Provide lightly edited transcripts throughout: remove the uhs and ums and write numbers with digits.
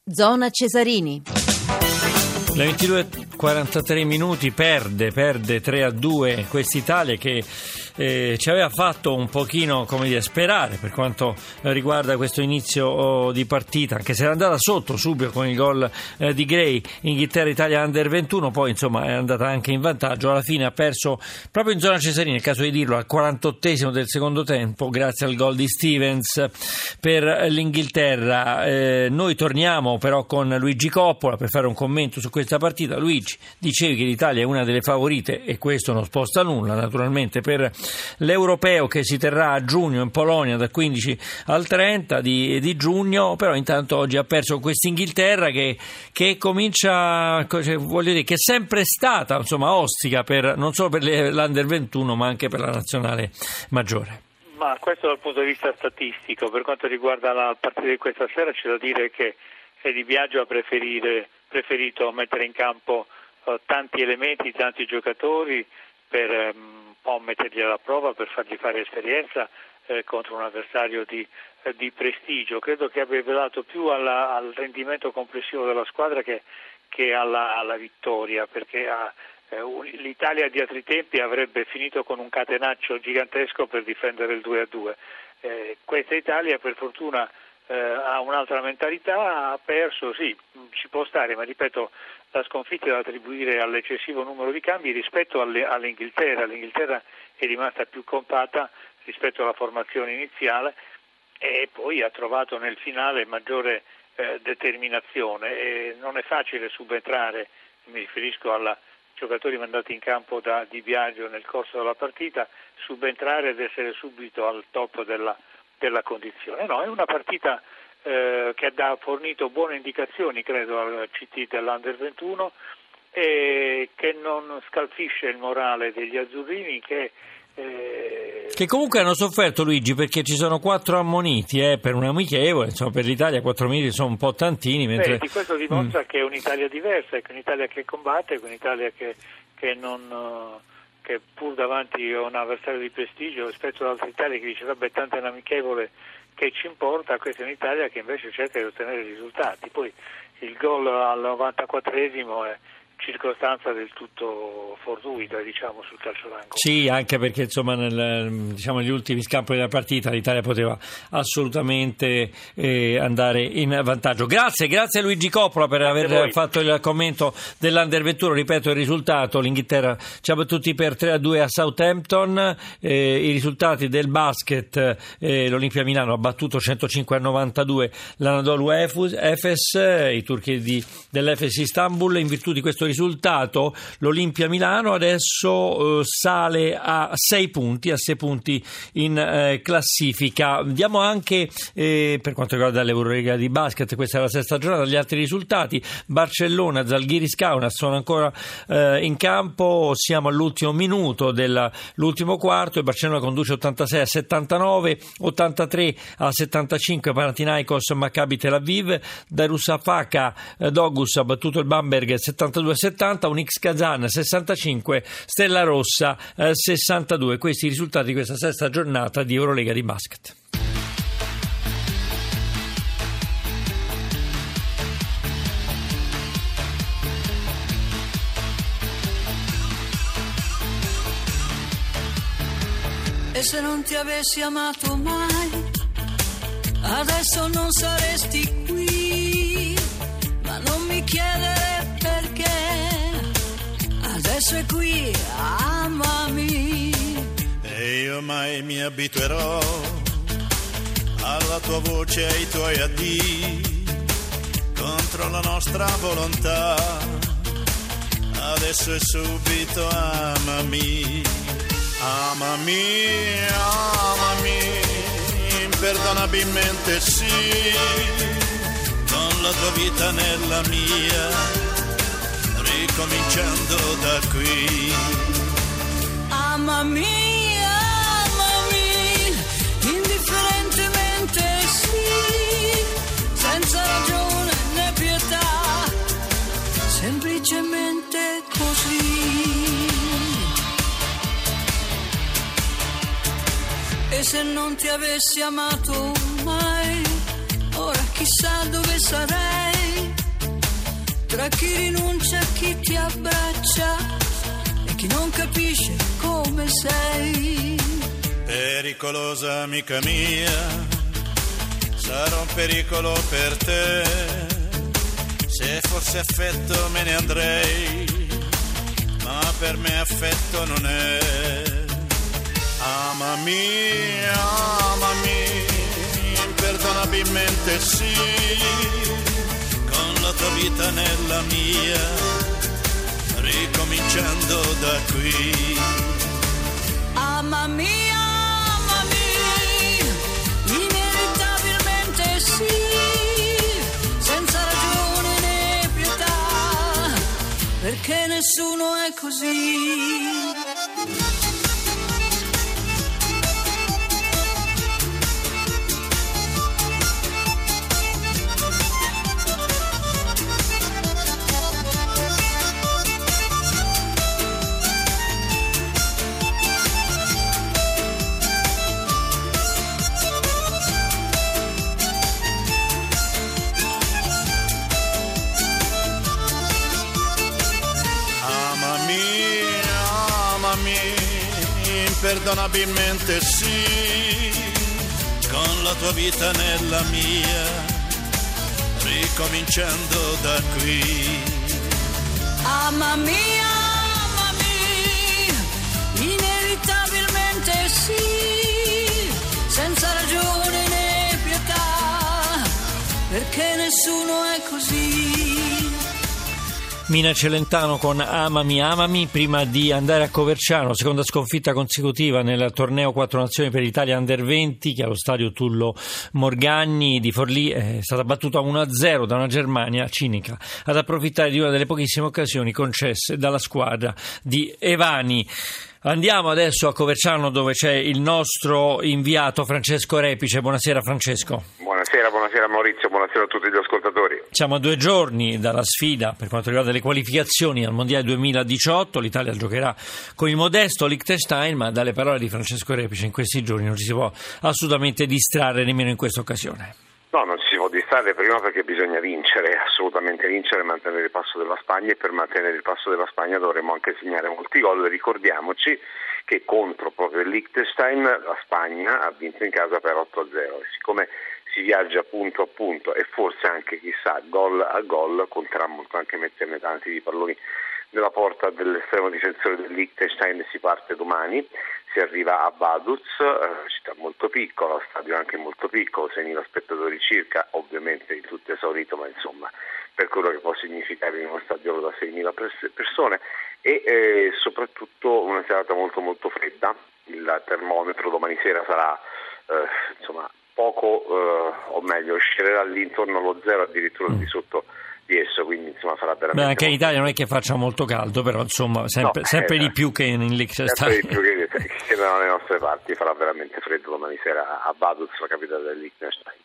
Zona Cesarini. Le 22:43 minuti perde 3-2 quest'Italia che ci aveva fatto un pochino, come dire, sperare per quanto riguarda questo inizio di partita, anche se era andata sotto subito con il gol di Gray, Inghilterra-Italia Under 21, poi insomma è andata anche in vantaggio, alla fine ha perso proprio in zona Cesarini, è il caso di dirlo, al 48esimo del secondo tempo grazie al gol di Stevens per l'Inghilterra. Noi torniamo però con Luigi Coppola per fare un commento su questa partita. Luigi, dicevi che l'Italia è una delle favorite e questo non sposta nulla naturalmente per l'Europeo che si terrà a giugno in Polonia dal 15 al 30 di giugno, però intanto oggi ha perso questa Inghilterra che comincia, voglio dire, che è sempre stata insomma ostica per, non solo per l'Under 21 ma anche per la nazionale maggiore. Ma questo dal punto di vista statistico. Per quanto riguarda la partita di questa sera c'è da dire che Di Biagio ha preferito mettere in campo tanti elementi, tanti giocatori per un po' metterli alla prova, per fargli fare esperienza contro un avversario di prestigio. Credo che abbia dato più al rendimento complessivo della squadra che alla vittoria, perché l'Italia di altri tempi avrebbe finito con un catenaccio gigantesco per difendere il 2-2. Questa Italia per fortuna ha un'altra mentalità, ha perso, sì, ci può stare, ma ripeto, la sconfitta è da attribuire all'eccessivo numero di cambi rispetto all'Inghilterra. L'Inghilterra è rimasta più compatta rispetto alla formazione iniziale e poi ha trovato nel finale maggiore determinazione. E non è facile subentrare, mi riferisco ai giocatori mandati in campo da Di Biagio nel corso della partita, subentrare ed essere subito al top della condizione. No, è una partita che ha fornito buone indicazioni, credo, al CT dell'Under 21 e che non scalfisce il morale degli azzurrini che comunque hanno sofferto, Luigi, perché ci sono 4 ammoniti per un amichevole, insomma per l'Italia 4 ammoniti sono un po' tantini, mentre di questo dimostra che è un'Italia diversa, che è un'Italia che combatte, che è un'Italia che pur davanti a un avversario di prestigio rispetto ad altre Italie che dice vabbè tanto è un amichevole che ci importa, questa è un'Italia che invece cerca di ottenere risultati. Poi il gol al 94esimo è circostanza del tutto fortuita, diciamo, sul calcio d'angolo. Sì, anche perché insomma negli ultimi scampi della partita l'Italia poteva assolutamente andare in vantaggio. Grazie a Luigi Coppola per aver fatto il commento dell'Under 21. Ripeto il risultato: l'Inghilterra ci ha battuti per 3-2 a Southampton. I risultati del basket: l'Olimpia Milano ha battuto 105-92 l'Anadolu Efes, i turchi dell'Efes Istanbul. In virtù di questo risultato l'Olimpia Milano adesso sale a 6 punti in classifica. Diamo anche per quanto riguarda l'Eurolega di basket, questa è la sesta giornata, gli altri risultati: Barcellona, Zalgiris Kaunas sono ancora in campo, siamo all'ultimo minuto dell'ultimo quarto, il Barcellona conduce 86-79, 83-75 Panathinaikos Maccabi Tel Aviv, Darussafaka Dogus ha battuto il Bamberg 72-70, Unix Kazan 65, Stella Rossa 62. Questi i risultati di questa sesta giornata di Eurolega di basket. E se non ti avessi amato mai, adesso non saresti qui, ma non mi chiedere perché, adesso è qui, amami. E io mai mi abituerò alla tua voce e ai tuoi addii, contro la nostra volontà, adesso è subito, amami. Amami, amami, imperdonabilmente sì, con la tua vita nella mia, ricominciando da qui. Amami, amami, indifferentemente sì, senza ragione né pietà, semplicemente così. E se non ti avessi amato mai, ora chissà dove sarei, tra chi rinuncia e chi ti abbraccia e chi non capisce come sei. Pericolosa amica mia, sarò un pericolo per te, se fosse affetto me ne andrei, ma per me affetto non è. Amami, imperdonabilmente sì, con la tua vita nella mia, ricominciando da qui. Amami, inevitabilmente sì, senza ragione né pietà, perché nessuno è così. Imperdonabilmente sì, con la tua vita nella mia, ricominciando da qui. Amami, inevitabilmente sì, senza ragione né pietà, perché nessuno è così. Mina Celentano con Amami, prima di andare a Coverciano, seconda sconfitta consecutiva nel torneo 4 Nazioni per l'Italia Under 20, che allo stadio Tullo Morgagni di Forlì è stata battuta 1-0 da una Germania cinica ad approfittare di una delle pochissime occasioni concesse dalla squadra di Evani. Andiamo adesso a Coverciano, dove c'è il nostro inviato Francesco Repice. Buonasera Francesco. Buonasera Maurizio, buonasera a tutti gli ascoltatori. Siamo a 2 giorni dalla sfida per quanto riguarda le qualificazioni al Mondiale 2018. L'Italia giocherà con il modesto Liechtenstein, ma dalle parole di Francesco Repice in questi giorni non ci si può assolutamente distrarre nemmeno in questa occasione. No, non ci si può distrarre, prima perché bisogna vincere, assolutamente vincere, mantenere il passo della Spagna, e per mantenere il passo della Spagna dovremo anche segnare molti gol. Ricordiamoci che contro proprio il Liechtenstein la Spagna ha vinto in casa per 8-0, e siccome si viaggia punto a punto e forse anche, chissà, gol a gol, conterà molto anche metterne tanti di palloni nella porta dell'estremo difensore del Liechtenstein. Si parte domani, si arriva a Vaduz, città molto piccola, stadio anche molto piccolo, 6.000 spettatori circa, ovviamente il tutto esaurito, ma insomma per quello che può significare in uno stadio da 6.000 persone, e soprattutto una serata molto molto fredda. Il termometro domani sera sarà poco, o meglio uscirà all'intorno allo 0, addirittura di sotto di esso, quindi insomma farà veramente. Anche in Italia non è che faccia molto caldo, però insomma sempre di più che in Liechtenstein. Sempre di più che dalle nostre parti, farà veramente freddo domani sera a Vaduz, la capitale del Liechtenstein.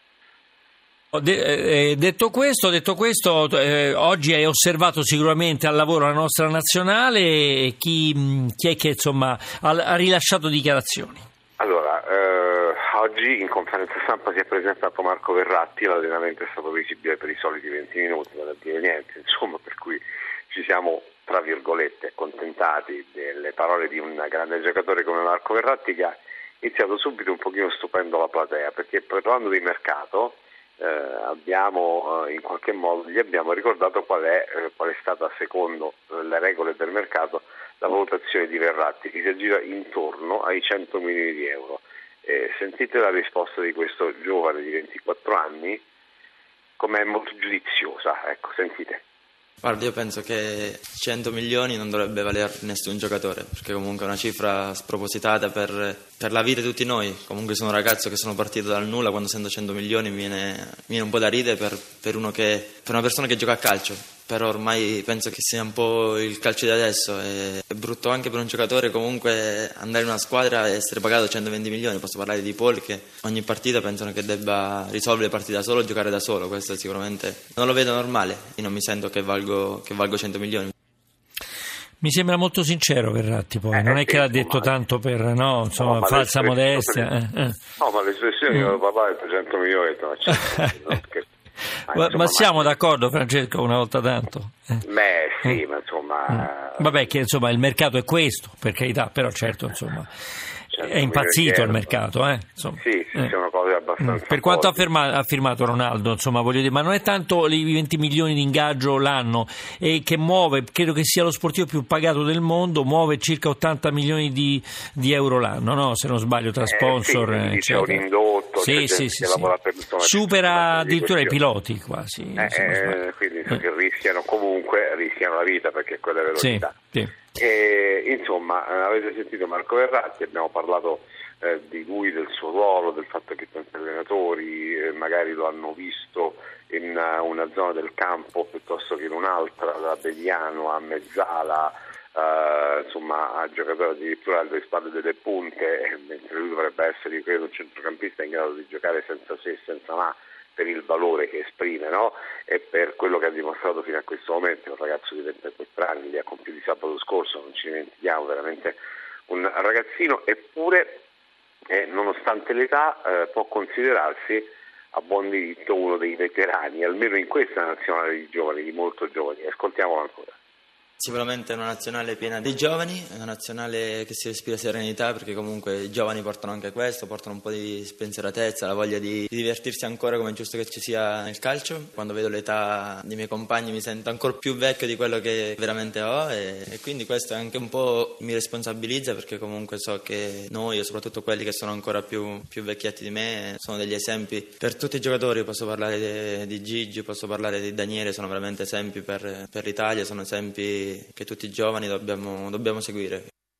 Detto questo, oggi hai osservato sicuramente al lavoro la nostra nazionale. Chi è che insomma ha rilasciato dichiarazioni? Allora, oggi in conferenza stampa si è presentato Marco Verratti. L'allenamento è stato visibile per i soliti 20 minuti, non è dire niente, insomma, per cui ci siamo, tra virgolette, accontentati delle parole di un grande giocatore come Marco Verratti, che ha iniziato subito un pochino stupendo la platea, perché parlando di mercato abbiamo in qualche modo gli abbiamo ricordato qual è stata, secondo le regole del mercato, la valutazione di Verratti, che si aggira intorno ai 100 milioni di euro. Sentite la risposta di questo giovane di 24 anni, com'è molto giudiziosa, ecco, sentite. Guarda, io penso che 100 milioni non dovrebbe valere nessun giocatore, perché comunque è una cifra spropositata per la vita di tutti noi. Comunque sono un ragazzo che sono partito dal nulla, quando sento 100 milioni mi viene un po' da ridere per una persona che gioca a calcio. Però ormai penso che sia un po' il calcio di adesso, è brutto anche per un giocatore comunque andare in una squadra e essere pagato 120 milioni. Posso parlare di Paul, che ogni partita pensano che debba risolvere le partite da solo, giocare da solo. Questo sicuramente non lo vedo normale. Io non mi sento che valgo 100 milioni. Mi sembra molto sincero Verratti, poi non è che l'ha detto tanto per falsa modestia. No, ma l'espressione papà ha detto 100 milioni, Ma siamo d'accordo, Francesco, una volta tanto? Beh, sì, ma insomma... Vabbè, che insomma il mercato è questo, per carità, però certo, insomma... È impazzito il mercato, insomma. Sì, sono cose abbastanza. Per quanto ha firmato Ronaldo, insomma, voglio dire, ma non è tanto i 20 milioni di ingaggio l'anno e che muove, credo che sia lo sportivo più pagato del mondo, muove circa 80 milioni di euro l'anno, no? Se non sbaglio, tra sponsor, sì, c'è un indotto, sì. lavora per, insomma, supera addirittura i piloti quasi. Quindi che rischiano la vita, perché è quella velocità. Sì. E, insomma, avete sentito Marco Verratti, abbiamo parlato di lui, del suo ruolo, del fatto che tanti allenatori magari lo hanno visto in una zona del campo piuttosto che in un'altra, da Begliano a Mezzala, insomma a giocatore addirittura alle spalle delle punte, mentre lui dovrebbe essere, credo, un centrocampista in grado di giocare senza se e senza ma, per il valore che esprime, no? E per quello che ha dimostrato fino a questo momento. Un ragazzo di 24 anni, li ha compiuti sabato scorso, non ci dimentichiamo, veramente un ragazzino, eppure nonostante l'età può considerarsi a buon diritto uno dei veterani, almeno in questa nazionale di giovani, di molto giovani. Ascoltiamolo ancora. Sicuramente è una nazionale piena di giovani, è una nazionale che si respira serenità, perché comunque i giovani portano anche questo, portano un po' di spensieratezza, la voglia di divertirsi ancora, come è giusto che ci sia nel calcio. Quando vedo l'età dei miei compagni mi sento ancora più vecchio di quello che veramente ho, e quindi questo anche un po' mi responsabilizza, perché comunque so che noi, e soprattutto quelli che sono ancora più vecchietti di me, sono degli esempi per tutti i giocatori. Posso parlare di Gigi, posso parlare di Daniele, sono veramente esempi per l'Italia, sono esempi che tutti i giovani dobbiamo seguire.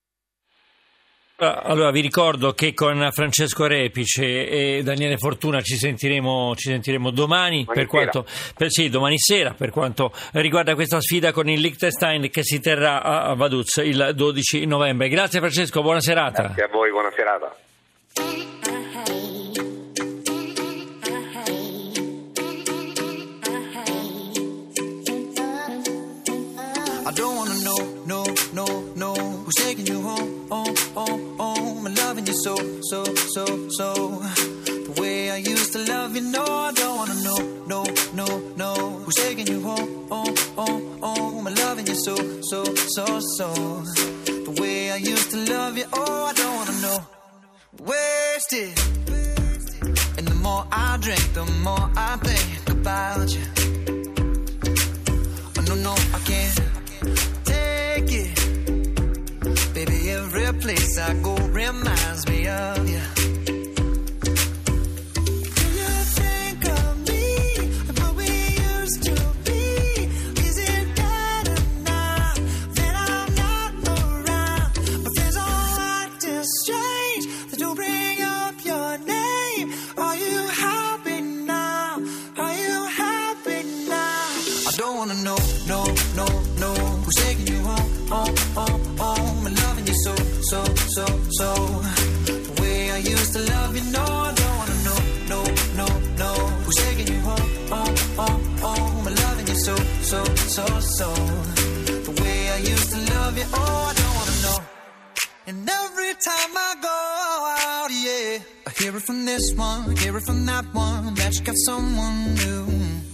Allora vi ricordo che con Francesco Repice e Daniele Fortuna ci sentiremo domani domani sera, per quanto riguarda questa sfida con il Liechtenstein che si terrà a Vaduz il 12 novembre. Grazie Francesco, buona serata. Grazie a voi, buona serata. I don't wanna know who's taking you home, I'm loving you so. The way I used to love you, no, I don't wanna know who's taking you home, I'm loving you so. The way I used to love you, I don't wanna know. Wasted, and the more I drink, the more I think about you. Oh no, I can't take it, baby. Every place I go reminds me of you. Do you think of me, what we used to be? Is it better now that I'm not around? My friends all acting strange, they don't bring up your name. Are you happy now? Are you happy now? I don't wanna know who's taking you home, I'm loving you so. The way I used to love you, no, I don't wanna know who's taking you home, I'm loving you so. The way I used to love you, I don't wanna know. And every time I go out, yeah, I hear it from this one, hear it from that one, that you got someone new.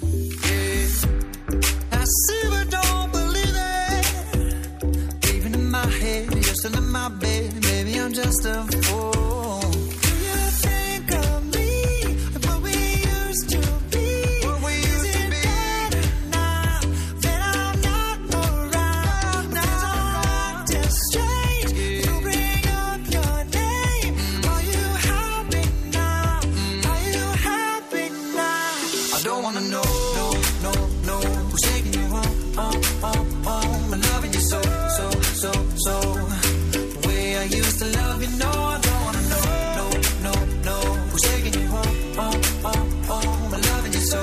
I see but don't believe it. Even in my head, you're still in my bed. Maybe I'm just a fool. Do you think of me, what we used to be? Is it better now that I'm not around? Now I'm acting strange, you bring up your name. Are you happy now? Are you happy now? I don't wanna know who's taking you home, I'm loving you so. The way I used to love you, no, I don't wanna know who's taking you home, I'm loving you so.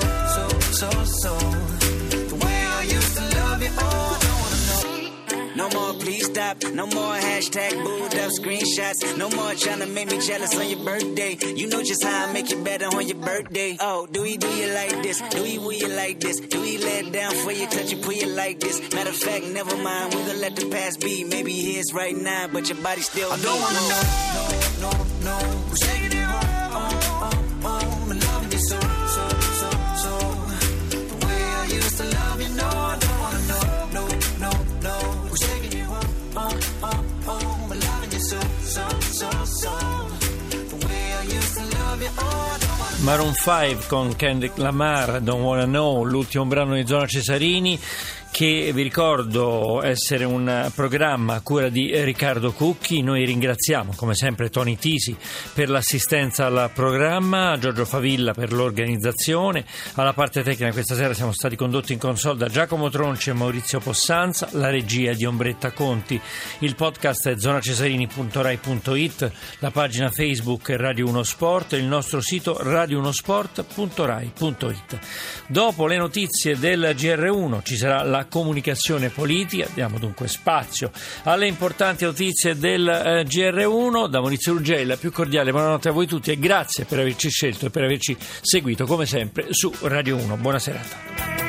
The way I used to love you, I don't wanna know. No more please stop, no more hashtag booed up screenshots. No more trying to make me jealous on your birthday. You know just how I make you better on your birthday. Oh, do you like this? Do you will you like this? Do you let it down for you, touch you, pull you like this? Matter of fact, never mind, we gon' let the past be. Maybe here's right now, but your body still I don't wanna know who's taking you home, I'm loving you so. Maroon 5 con Kendrick Lamar, Don't Wanna Know, l'ultimo brano di Zona Cesarini, che vi ricordo essere un programma a cura di Riccardo Cucchi. Noi ringraziamo come sempre Tony Tisi per l'assistenza al programma, Giorgio Favilla per l'organizzazione. Alla parte tecnica questa sera siamo stati condotti in console da Giacomo Tronci e Maurizio Possanza, la regia di Ombretta Conti. Il podcast è zonacesarini.rai.it, la pagina Facebook è Radio 1 Sport e il nostro sito radio1sport.rai.it. Dopo le notizie del GR1 ci sarà la comunicazione politica, diamo dunque spazio alle importanti notizie del GR1. Da Maurizio Ruggeri la più cordiale buonanotte a voi tutti e grazie per averci scelto e per averci seguito come sempre su Radio 1. Buona serata.